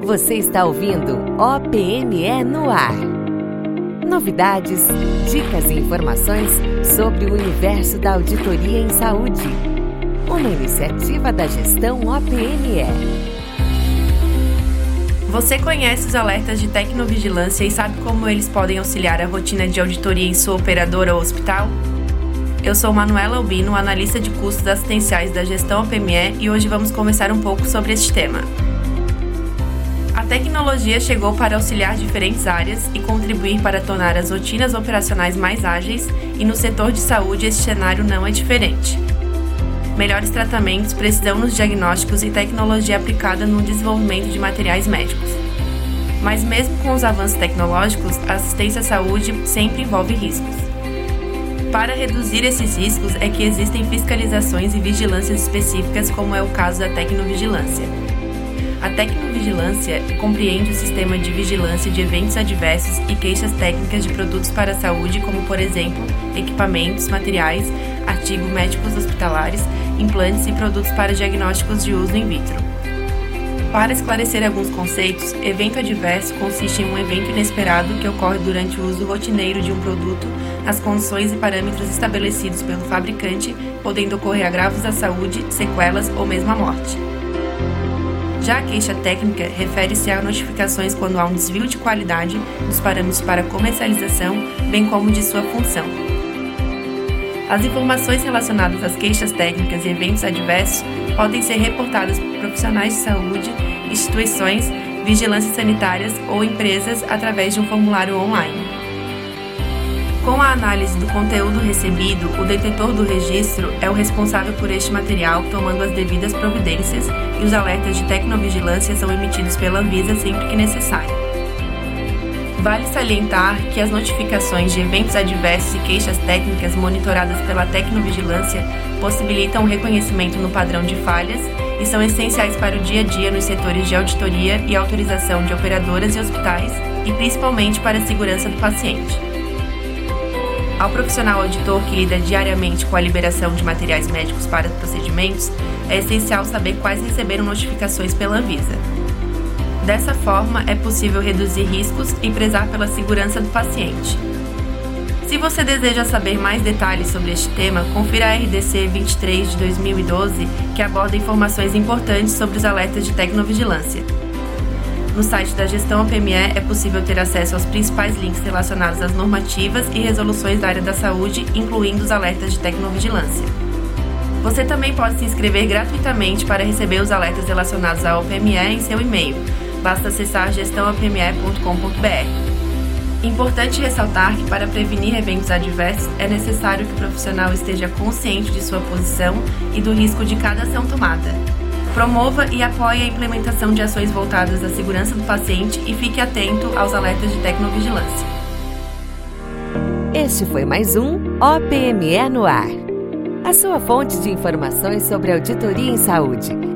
Você está ouvindo OPME no ar. Novidades, dicas e informações sobre o universo da auditoria em saúde. Uma iniciativa da gestão OPME. Você conhece os alertas de tecnovigilância e sabe como eles podem auxiliar a rotina de auditoria em sua operadora ou hospital? Eu sou Manuela Albino, analista de custos assistenciais da gestão OPME, e hoje vamos conversar um pouco sobre este tema. A tecnologia chegou para auxiliar diferentes áreas e contribuir para tornar as rotinas operacionais mais ágeis, e no setor de saúde esse cenário não é diferente. Melhores tratamentos, precisão nos diagnósticos e tecnologia aplicada no desenvolvimento de materiais médicos. Mas mesmo com os avanços tecnológicos, a assistência à saúde sempre envolve riscos. Para reduzir esses riscos é que existem fiscalizações e vigilâncias específicas, como é o caso da tecnovigilância. A tecnovigilância compreende o sistema de vigilância de eventos adversos e queixas técnicas de produtos para a saúde, como, por exemplo, equipamentos, materiais, artigos médicos hospitalares, implantes e produtos para diagnósticos de uso in vitro. Para esclarecer alguns conceitos, evento adverso consiste em um evento inesperado que ocorre durante o uso rotineiro de um produto nas condições e parâmetros estabelecidos pelo fabricante, podendo ocorrer agravos à saúde, sequelas ou mesmo a morte. Já a queixa técnica refere-se a notificações quando há um desvio de qualidade dos parâmetros para comercialização, bem como de sua função. As informações relacionadas às queixas técnicas e eventos adversos podem ser reportadas por profissionais de saúde, instituições, vigilâncias sanitárias ou empresas através de um formulário online. Com a análise do conteúdo recebido, o detetor do registro é o responsável por este material, tomando as devidas providências, e os alertas de tecnovigilância são emitidos pela Anvisa sempre que necessário. Vale salientar que as notificações de eventos adversos e queixas técnicas monitoradas pela tecnovigilância possibilitam o reconhecimento no padrão de falhas e são essenciais para o dia a dia nos setores de auditoria e autorização de operadoras e hospitais, e principalmente para a segurança do paciente. Ao profissional auditor que lida diariamente com a liberação de materiais médicos para procedimentos, é essencial saber quais receberam notificações pela Anvisa. Dessa forma, é possível reduzir riscos e prezar pela segurança do paciente. Se você deseja saber mais detalhes sobre este tema, confira a RDC 23 de 2012, que aborda informações importantes sobre os alertas de tecnovigilância. No site da Gestão OPME é possível ter acesso aos principais links relacionados às normativas e resoluções da área da saúde, incluindo os alertas de tecnovigilância. Você também pode se inscrever gratuitamente para receber os alertas relacionados à OPME em seu e-mail. Basta acessar gestãopme.com.br. Importante ressaltar que, para prevenir eventos adversos, é necessário que o profissional esteja consciente de sua posição e do risco de cada ação tomada. Promova e apoie a implementação de ações voltadas à segurança do paciente e fique atento aos alertas de tecnovigilância. Este foi mais um OPME no ar. A sua fonte de informações sobre auditoria em saúde.